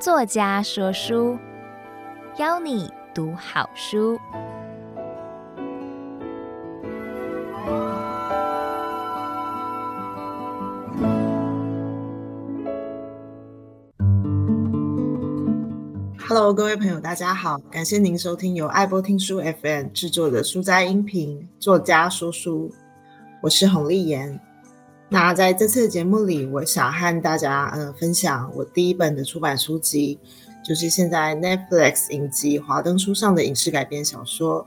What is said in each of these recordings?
作家说书，邀你读好书。 Hello， 各位朋友，大家好，感谢您收听由爱播听书 FM 制作的书斋音频作家说书，我是洪丽妍。那在这次的节目里，我想和大家分享我第一本的出版书籍，就是现在 Netflix 影集华灯初上的影视改编小说。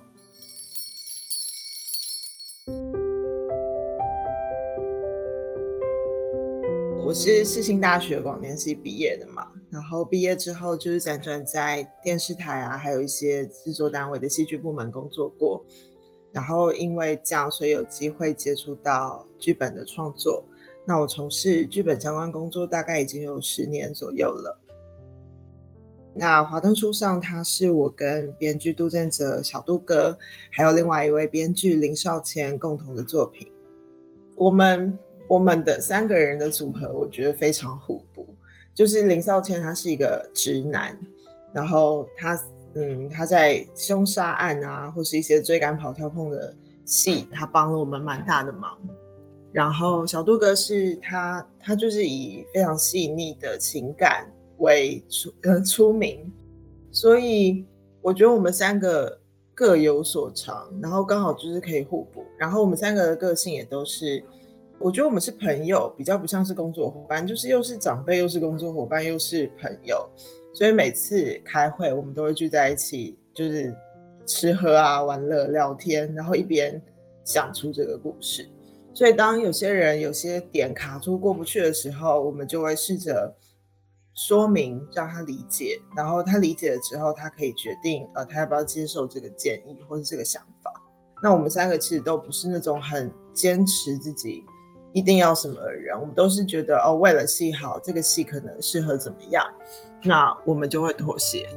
我是世新大学广电系毕业的嘛，然后毕业之后就是辗转在电视台啊，还有一些制作单位的戏剧部门工作过，然后因为这样，所以有机会接触到剧本的创作。那我从事剧本相关工作大概已经有10年左右了。那华灯初上，它是我跟编剧杜振哲小杜哥，还有另外一位编剧林少谦共同的作品。我们的3个人的组合，我觉得非常互补。就是林少谦他是一个直男，然后他在凶杀案啊，或是一些追赶跑跳碰的戏，他帮了我们蛮大的忙。然后小杜哥是他就是以非常细腻的情感为出名，所以我觉得我们3个各有所长，然后刚好就是可以互补。然后我们3个的个性也都是，我觉得我们是朋友，比较不像是工作伙伴，就是又是长辈，又是工作伙伴，又是朋友。所以每次开会，我们都会聚在一起，就是吃喝啊、玩乐、聊天，然后一边想出这个故事。所以当有些人有些点卡住过不去的时候，我们就会试着说明，让他理解，然后他理解了之后，他可以决定他要不要接受这个建议或是这个想法。那我们3个其实都不是那种很坚持自己一定要什么的人，我们都是觉得为了戏好，这个戏可能适合怎么样，那我们就会妥协。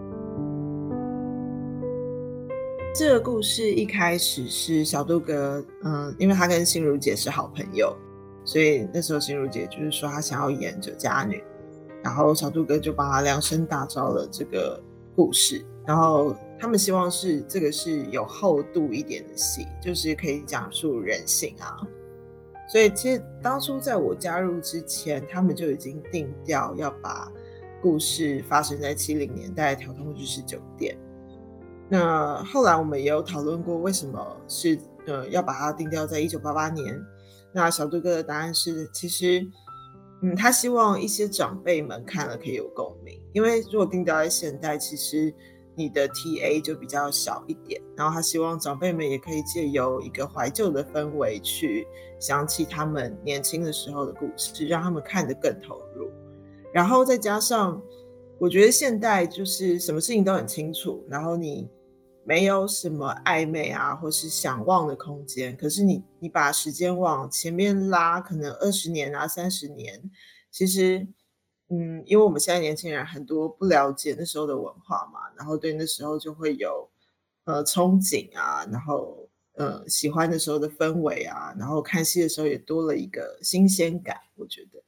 这个故事一开始是小杜哥，因为他跟心如姐是好朋友，所以那时候心如姐就是说她想要演酒家女，然后小杜哥就帮她量身打造了这个故事，然后他们希望这个是有厚度一点的戏，就是可以讲述人性啊。所以其实当初在我加入之前，他们就已经定调要把故事发生在70年代调通日式酒店。那后来我们也有讨论过为什么是要把它定调在1988年。那小杜哥的答案是，其实他希望一些长辈们看了可以有共鸣，因为如果定调在现代，其实你的 TA 就比较小一点，然后他希望长辈们也可以借由一个怀旧的氛围去想起他们年轻的时候的故事，让他们看得更投入。然后再加上我觉得现代就是什么事情都很清楚，然后你没有什么暧昧啊或是想忘的空间，可是你把时间往前面拉，可能20年啊30年，其实因为我们现在年轻人很多不了解那时候的文化嘛，然后对那时候就会有憧憬啊，然后喜欢的时候的氛围啊，然后看戏的时候也多了一个新鲜感，我觉得。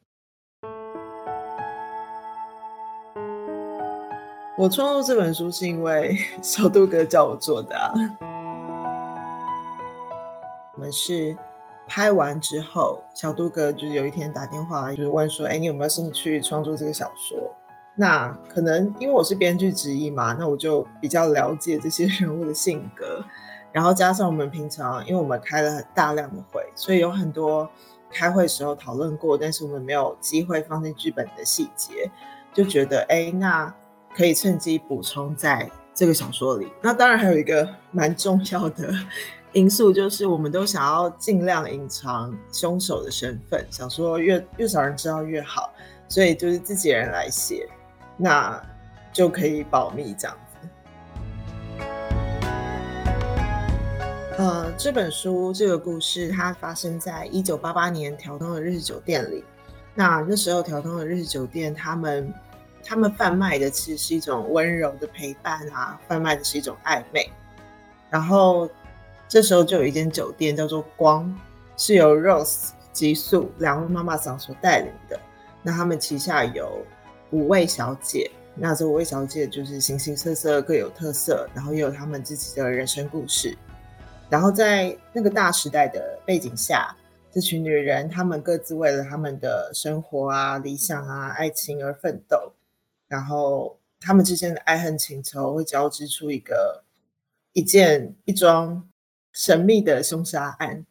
我创作这本书是因为小杜哥叫我做的啊。我们是拍完之后，小杜哥就是有一天打电话就是问说，你有没有兴趣创作这个小说？那可能因为我是编剧之一嘛，那我就比较了解这些人物的性格，然后加上我们平常因为我们开了很大量的会，所以有很多开会时候讨论过，但是我们没有机会放进剧本的细节，就觉得那可以趁机补充在这个小说里。那当然还有一个蛮重要的因素，就是我们都想要尽量隐藏凶手的身份，想说越少人知道越好，所以就是自己人来写，那就可以保密这样子。这本书这个故事它发生在1988年调通的日式酒店里。那时候调通的日式酒店他们贩卖的其实是一种温柔的陪伴啊，贩卖的是一种暧昧。然后这时候就有一间酒店叫做光，是由 Rose 吉素2位妈妈桑所带领的。那他们旗下有5位小姐， 那这5位小姐就是形形色色，各有特色，然后也有她们自己的人生故事。然后在那个大时代的背景下，这群女人她们各自为了她们的生活啊、理想啊、爱情而奋斗，然后她们之间的爱恨情仇会交织出一桩神秘的凶杀案。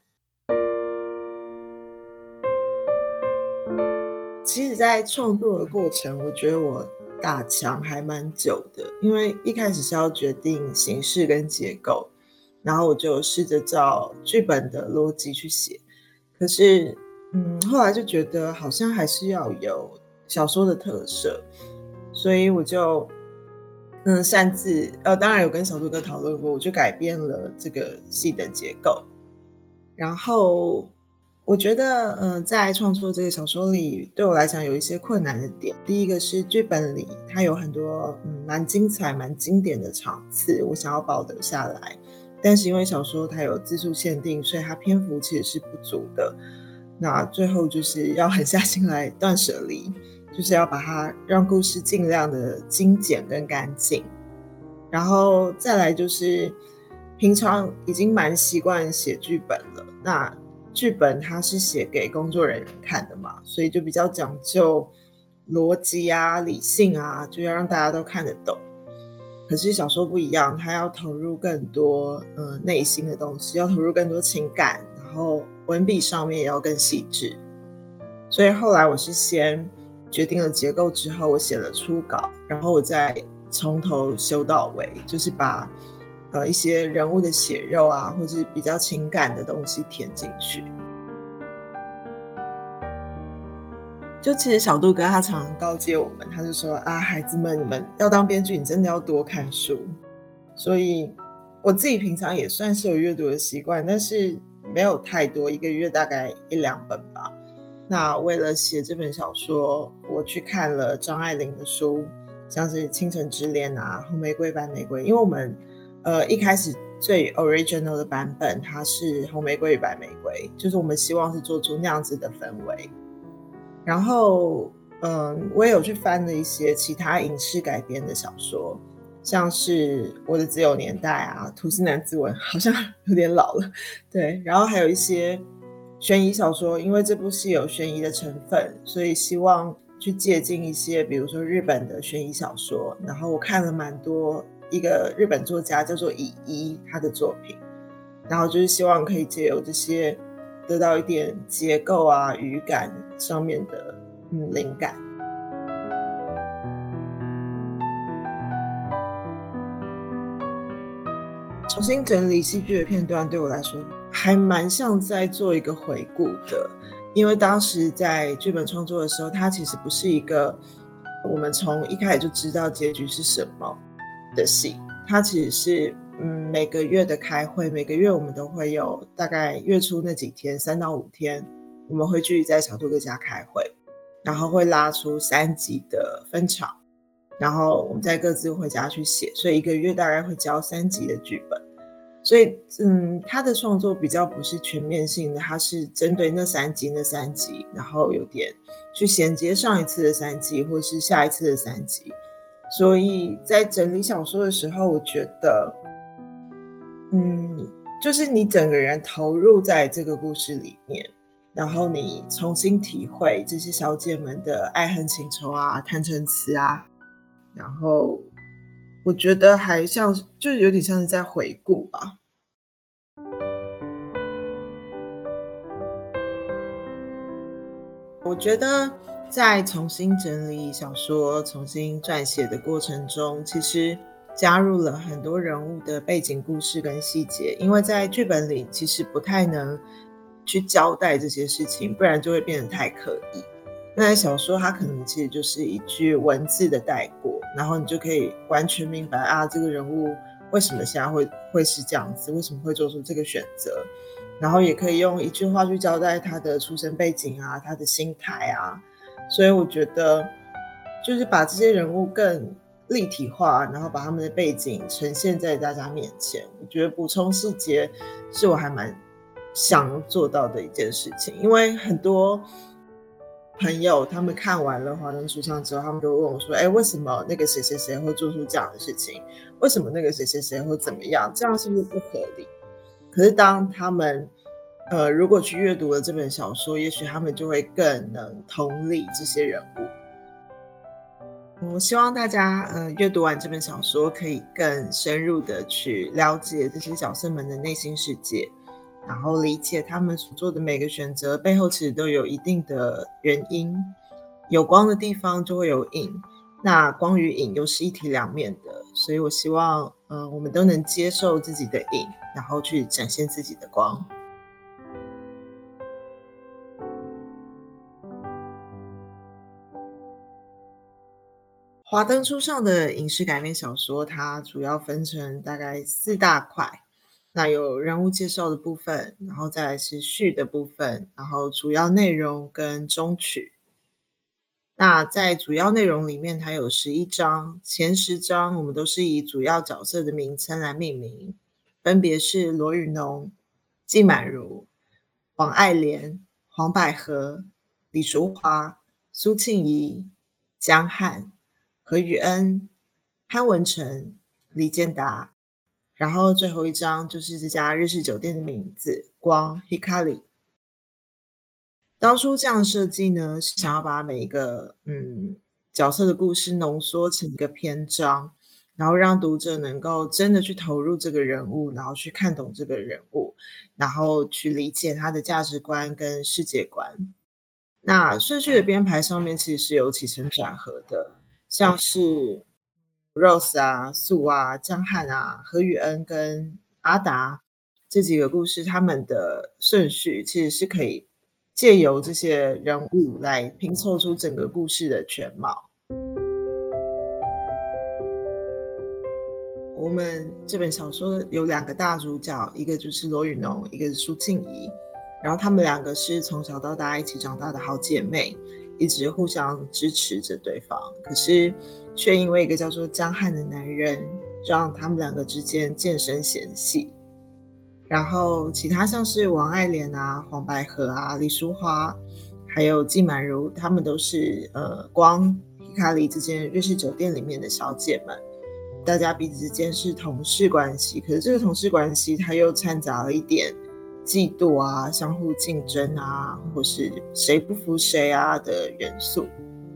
其实在创作的过程，我觉得我打墙还蛮久的，因为一开始是要决定形式跟结构，然后我就试着照剧本的逻辑去写。可是后来就觉得好像还是要有小说的特色，所以我就擅自当然有跟小杜哥讨论过，我就改变了这个戏的结构。然后我觉得在创作这个小说里，对我来讲有一些困难的点。第一个是剧本里它有很多蛮精彩蛮经典的场次，我想要保留下来，但是因为小说它有字数限定，所以它篇幅其实是不足的。那最后就是要狠下心来断舍离，就是要把它让故事尽量的精简跟干净。然后再来就是平常已经蛮习惯写剧本了，那剧本它是写给工作人员看的嘛，所以就比较讲究逻辑啊、理性啊，就要让大家都看得懂。可是小说不一样，它要投入更多内心的东西，要投入更多情感，然后文笔上面也要更细致。所以后来我是先决定了结构之后，我写了初稿，然后我再从头修到尾，就是把一些人物的血肉啊，或是比较情感的东西填进去。就其实小杜哥他常常告诫我们，他就说啊，孩子们，你们要当编剧，你真的要多看书。所以我自己平常也算是有阅读的习惯，但是没有太多，一个月大概1-2本吧。那为了写这本小说，我去看了张爱玲的书，像是《倾城之恋》啊，《红玫瑰白玫瑰》，因为我们一开始最 original 的版本它是红玫瑰与白玫瑰，就是我们希望是做出那样子的氛围。然后我也有去翻了一些其他影视改编的小说，像是《我的自由年代》啊，《吐司男之吻》好像有点老了，对，然后还有一些悬疑小说，因为这部戏有悬疑的成分，所以希望去借鉴一些比如说日本的悬疑小说。然后我看了蛮多一个日本作家叫做乙一他的作品，然后就是希望可以借由这些得到一点结构啊语感上面的灵感。重新整理戏剧的片段对我来说还蛮像在做一个回顾的，因为当时在剧本创作的时候，它其实不是一个我们从一开始就知道结局是什么的戏，它其实是每个月的开会，每个月我们都会有大概月初那几天3到5天，我们会聚集在小杜哥家开会，然后会拉出3集的分场，然后我们再各自回家去写，所以一个月大概会交3集的剧本。所以他的创作比较不是全面性的，他是针对那3集，然后有点去衔接上一次的3集或是下一次的3集。所以在整理小说的时候，我觉得就是你整个人投入在这个故事里面，然后你重新体会这些小姐们的爱恨情仇啊、谈陈词啊，然后我觉得还像就有点像是在回顾吧。我觉得在重新整理小说、重新撰写的过程中，其实加入了很多人物的背景故事跟细节，因为在剧本里其实不太能去交代这些事情，不然就会变得太刻意。那在小说它可能其实就是一句文字的带过，然后你就可以完全明白啊，这个人物为什么现在会是这样子，为什么会做出这个选择，然后也可以用一句话去交代他的出身背景啊，他的心态啊。所以我觉得就是把这些人物更立体化，然后把他们的背景呈现在大家面前，我觉得补充细节是我还蛮想做到的一件事情。因为很多朋友他们看完了《华灯初上》之后，他们就问我说：“哎，为什么那个谁谁谁会做出这样的事情？为什么那个谁谁谁会怎么样？这样是不是不合理？”可是当他们如果去阅读了这本小说，也许他们就会更能同理这些人物。我希望大家阅读完这本小说，可以更深入的去了解这些角色们的内心世界，然后理解他们所做的每个选择背后其实都有一定的原因。有光的地方就会有影，那光与影又是一体两面的，所以我希望我们都能接受自己的影，然后去展现自己的光。华灯初上的影视改编小说，它主要分成大概4大块。那有人物介绍的部分，然后再来是序的部分，然后主要内容跟终曲。那在主要内容里面，它有11章，前10章我们都是以主要角色的名称来命名，分别是罗宇农、季满如、王爱莲、黄百合、李淑华、苏庆仪、江汉、何宇恩、潘文成、李建达，然后最后一章就是这家日式酒店的名字光 Hikari。当初这样的设计呢，是想要把每一个角色的故事浓缩成一个篇章，然后让读者能够真的去投入这个人物，然后去看懂这个人物，然后去理解他的价值观跟世界观。那顺序的编排上面其实是有起承转合的，像是 Rose 啊、素啊、江汉啊、何宇恩跟阿达这几个故事，他们的顺序其实是可以借由这些人物来拼凑出整个故事的全貌。我们这本小说有2个大主角，一个就是罗宇农，一个是苏庆仪。然后他们2个是从小到大一起长大的好姐妹，一直互相支持着对方。可是却因为一个叫做江汉的男人，让他们2个之间渐生嫌隙。然后其他像是王爱莲啊、黄百合啊、李淑华，还有季满如，他们都是光 Hikari 这间日式酒店里面的小姐们。大家彼此之间是同事关系，可是这个同事关系它又掺杂了一点嫉妒啊、相互竞争啊，或是谁不服谁啊的元素。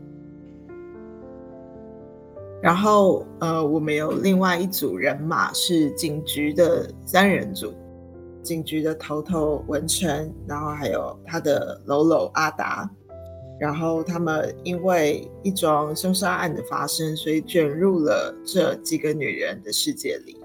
然后我们有另外一组人马是警局的3人组，警局的头头文成，然后还有他的喽喽阿达。然后他们因为一桩凶杀案的发生，所以卷入了这几个女人的世界里。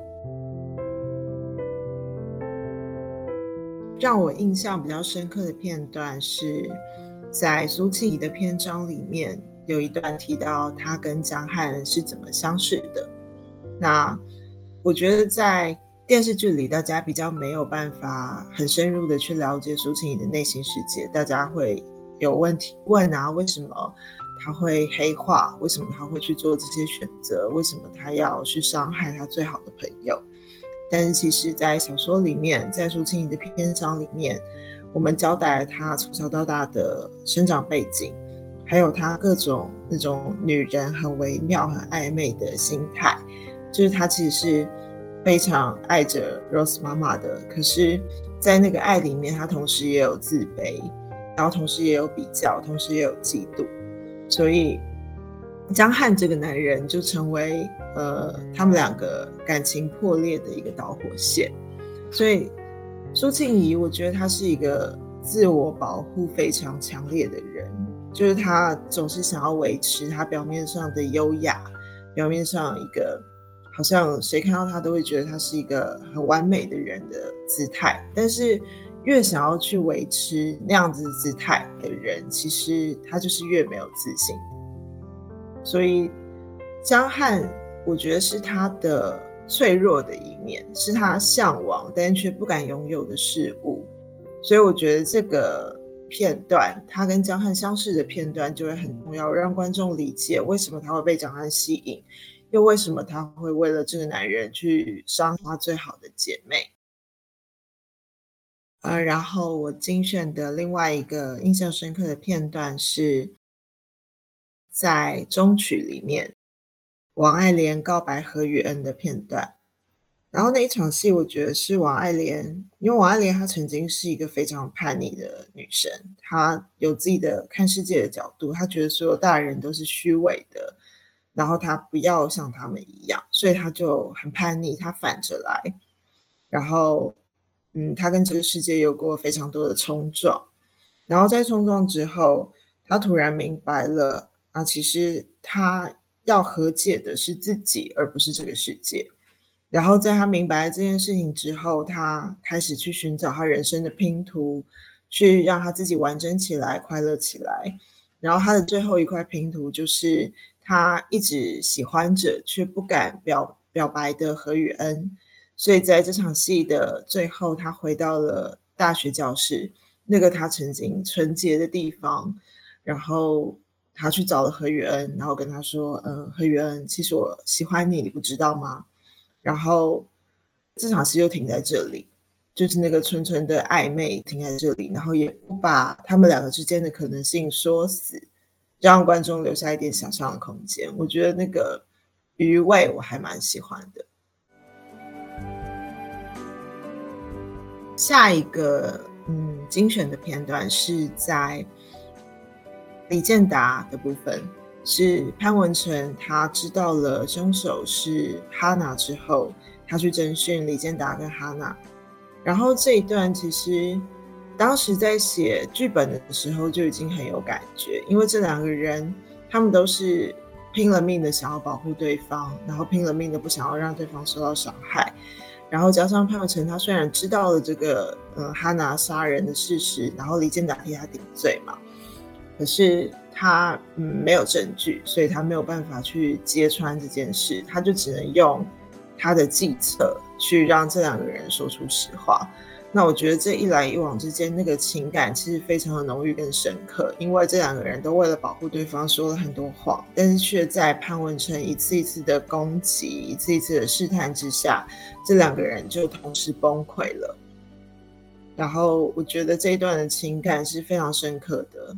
让我印象比较深刻的片段是在苏庆仪的篇章里面有一段提到她跟江汉是怎么相识的。那我觉得在电视剧里大家比较没有办法很深入的去了解苏庆仪的内心世界，大家会有问题问啊，为什么他会黑化，为什么他会去做这些选择，为什么他要去伤害他最好的朋友。但是其实在小说里面，在苏庆仪的篇章里面，我们交代了他从小到大的生长背景，还有他各种那种女人很微妙很暧昧的心态。就是他其实是非常爱着 Rose 妈妈的，可是在那个爱里面，他同时也有自卑，然后同时也有比较，同时也有嫉妒。所以江汉这个男人就成为他们2个感情破裂的一个导火线。所以苏庆仪我觉得他是一个自我保护非常强烈的人，就是他总是想要维持他表面上的优雅，表面上一个好像谁看到他都会觉得他是一个很完美的人的姿态，但是越想要去维持那样子姿态的人，其实他就是越没有自信。所以江汉我觉得是他的脆弱的一面，是他向往但却不敢拥有的事物。所以我觉得这个片段，他跟江汉相识的片段就会很重要，让观众理解为什么他会被江汉吸引，又为什么他会为了这个男人去伤他最好的姐妹。 然后我精选的另外一个印象深刻的片段是在中曲里面，王爱莲告白何宇恩的片段。然后那一场戏，我觉得是王爱莲，因为王爱莲她曾经是一个非常叛逆的女生，她有自己的看世界的角度，她觉得所有大人都是虚伪的，然后她不要像他们一样，所以她就很叛逆，她反着来。然后，她跟这个世界有过非常多的冲撞，然后在冲撞之后，她突然明白了，其实她要和解的是自己，而不是这个世界。然后在他明白这件事情之后，他开始去寻找他人生的拼图，去让他自己完整起来、快乐起来。然后他的最后一块拼图就是他一直喜欢着却不敢表白的何宇恩。所以在这场戏的最后，他回到了大学教室，那个他曾经纯洁的地方。然后他去找了何宇恩，然后跟他说：何宇恩，其实我喜欢你，你不知道吗？”然后这场戏就停在这里，就是那个纯纯的暧昧停在这里，然后也不把他们两个之间的可能性说死，让观众留下一点想象的空间。我觉得那个余味我还蛮喜欢的。下一个精选的片段是在李健达的部分，是潘文成他知道了凶手是哈娜之后，他去侦讯李健达跟哈娜。然后这一段其实当时在写剧本的时候就已经很有感觉，因为这两个人他们都是拼了命的想要保护对方，然后拼了命的不想要让对方受到伤害。然后加上潘文成他虽然知道了这个哈娜杀人的事实，然后李健达替他顶罪嘛，可是他没有证据，所以他没有办法去揭穿这件事，他就只能用他的计策去让这两个人说出实话。那我觉得这一来一往之间，那个情感其实非常的浓郁跟深刻，因为这两个人都为了保护对方说了很多谎，但是却在潘文成一次一次的攻击，一次一次的试探之下，这两个人就同时崩溃了。然后我觉得这一段的情感是非常深刻的。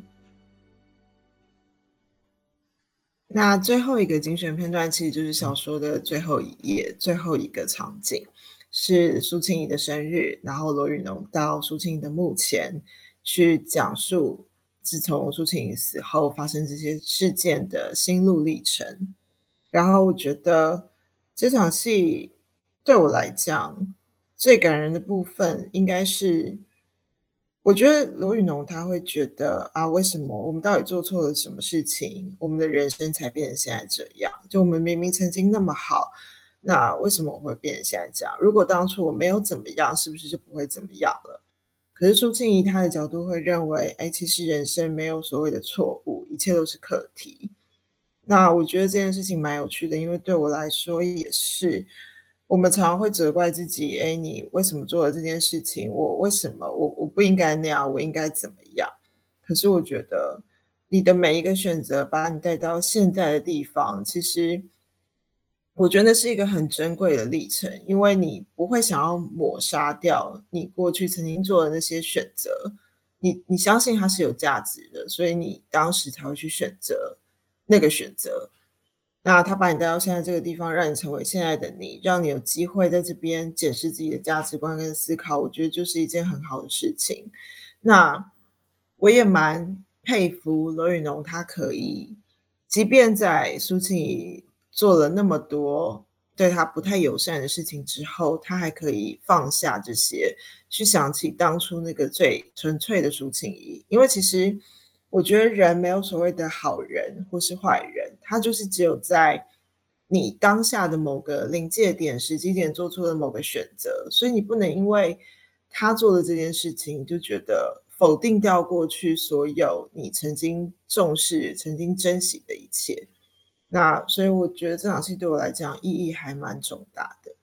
那最后一个精选片段其实就是小说的最后一页，最后一个场景是苏庆仪的生日，然后罗宇农到苏庆仪的墓前去讲述自从苏庆仪死后发生这些事件的心路历程。然后我觉得这场戏对我来讲最感人的部分应该是，我觉得罗宇农他会觉得为什么我们到底做错了什么事情，我们的人生才变成现在这样？就我们明明曾经那么好，那为什么我会变成现在这样？如果当初我没有怎么样，是不是就不会怎么样了？可是苏庆仪他的角度会认为，其实人生没有所谓的错误，一切都是课题。那我觉得这件事情蛮有趣的，因为对我来说也是，我们常常会责怪自己，你为什么做了这件事情？我为什么我不应该那样？我应该怎么样？可是我觉得你的每一个选择把你带到现在的地方，其实我觉得是一个很珍贵的历程，因为你不会想要抹杀掉你过去曾经做的那些选择，你相信它是有价值的，所以你当时才会去选择那个选择。那他把你带到现在这个地方，让你成为现在的你，让你有机会在这边检视自己的价值观跟思考，我觉得就是一件很好的事情。那我也蛮佩服罗宇农，他可以即便在苏庆仪做了那么多对他不太友善的事情之后，他还可以放下这些，去想起当初那个最纯粹的苏庆仪。因为其实我觉得人没有所谓的好人或是坏人，他就是只有在你当下的某个临界点、时机点做出了某个选择，所以你不能因为他做的这件事情就觉得否定掉过去所有你曾经重视、曾经珍惜的一切。那所以我觉得这场戏对我来讲意义还蛮重大的。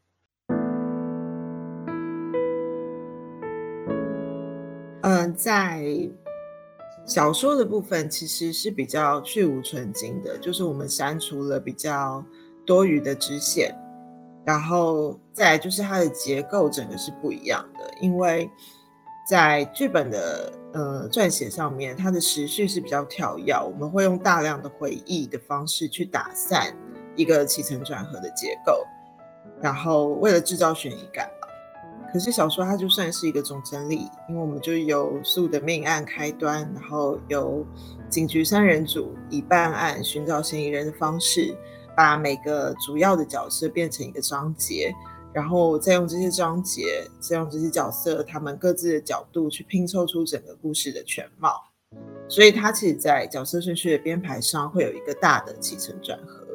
在小说的部分其实是比较去无存精的，就是我们删除了比较多余的支线，然后再来就是它的结构整个是不一样的，因为在剧本的撰写上面，它的时序是比较跳跃，我们会用大量的回忆的方式去打散一个起承转合的结构，然后为了制造悬疑感吧。可是小说它就算是一个总整理，因为我们就由素的命案开端，然后由警局三人组以办案寻找嫌疑人的方式，把每个主要的角色变成一个章节，然后再用这些章节，再用这些角色他们各自的角度去拼凑出整个故事的全貌。所以它其实在角色顺序的编排上会有一个大的起承转合。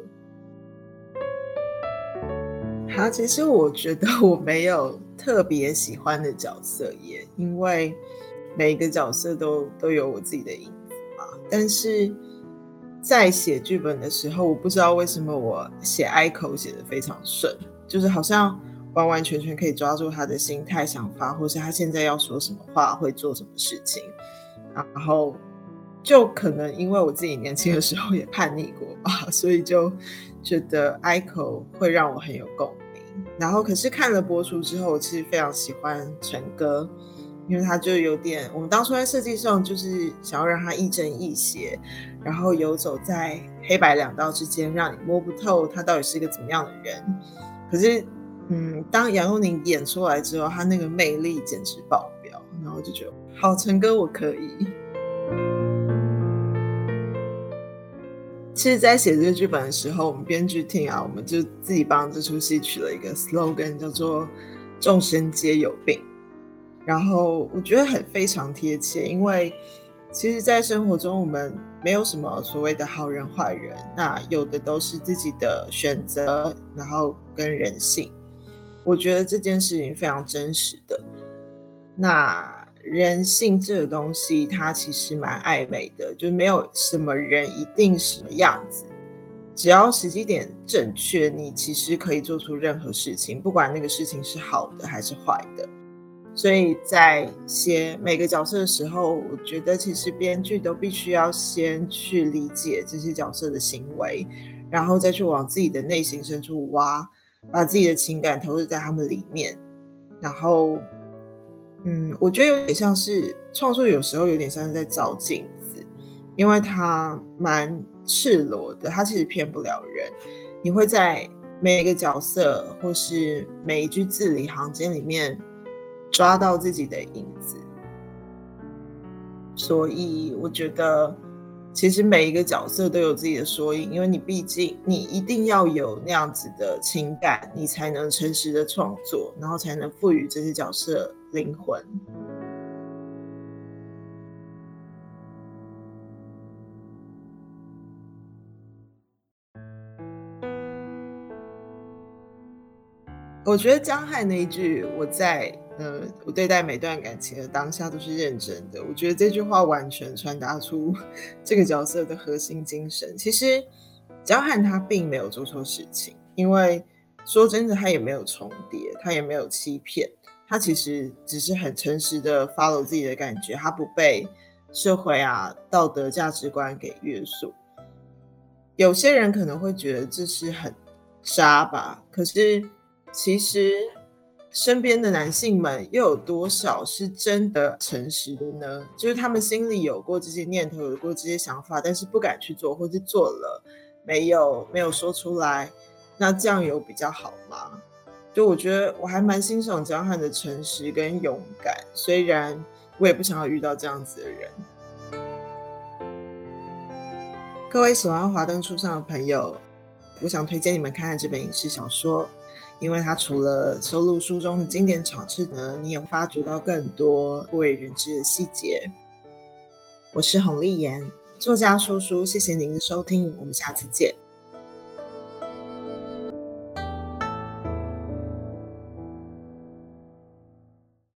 好，其实我觉得我没有特别喜欢的角色耶，因为每一个角色都有我自己的影子嘛。但是在写剧本的时候，我不知道为什么我写Aiko写得非常顺，就是好像完完全全可以抓住他的心态想法，或是他现在要说什么话，会做什么事情。然后就可能因为我自己年轻的时候也叛逆过吧，所以就觉得 Aiko 会让我很有共鸣。然后可是看了播出之后，我其实非常喜欢陈哥，因为他就有点，我们当初在设计上就是想要让他亦正亦邪，然后游走在黑白两道之间，让你摸不透他到底是一个怎么样的人。可是当杨佑宁演出来之后，他那个魅力简直爆表，然后就觉得好，陈哥我可以。其实在写这个剧本的时候，我们编剧厅啊，我们就自己帮这出戏取了一个 slogan， 叫做众生皆有病。然后我觉得非常贴切，因为其实在生活中我们没有什么所谓的好人坏人，那有的都是自己的选择，然后跟人性。我觉得这件事情非常真实的。那人性这个东西它其实蛮暧昧的，就没有什么人一定什么样子，只要时机点正确，你其实可以做出任何事情，不管那个事情是好的还是坏的。所以在写每个角色的时候，我觉得其实编剧都必须要先去理解这些角色的行为，然后再去往自己的内心深处挖，把自己的情感投入在他们里面。然后我觉得有点像是创作，有时候有点像是在照镜子，因为它蛮赤裸的，它其实骗不了人。你会在每一个角色或是每一句字里行间里面抓到自己的影子，所以我觉得其实每一个角色都有自己的缩影，因为你毕竟你一定要有那样子的情感，你才能诚实的创作，然后才能赋予这些角色灵魂。我觉得江汉那一句我对待每段感情的当下都是认真的，我觉得这句话完全传达出这个角色的核心精神。其实江汉他并没有做错事情，因为说真的他也没有重叠，他也没有欺骗，他其实只是很诚实的 follow 自己的感觉，他不被社会道德价值观给约束。有些人可能会觉得这是很渣吧，可是其实身边的男性们又有多少是真的诚实的呢？就是他们心里有过这些念头，有过这些想法，但是不敢去做，或是做了没有说出来，那这样有比较好吗？就我觉得我还蛮欣赏江汉的诚实跟勇敢，虽然我也不想要遇到这样子的人。各位喜欢华灯初上的朋友，我想推荐你们看看这本影视小说，因为它除了收录书中的经典场次呢，你也发掘到更多不为人知的细节。我是洪丽妍，作家说书，谢谢您的收听，我们下次见。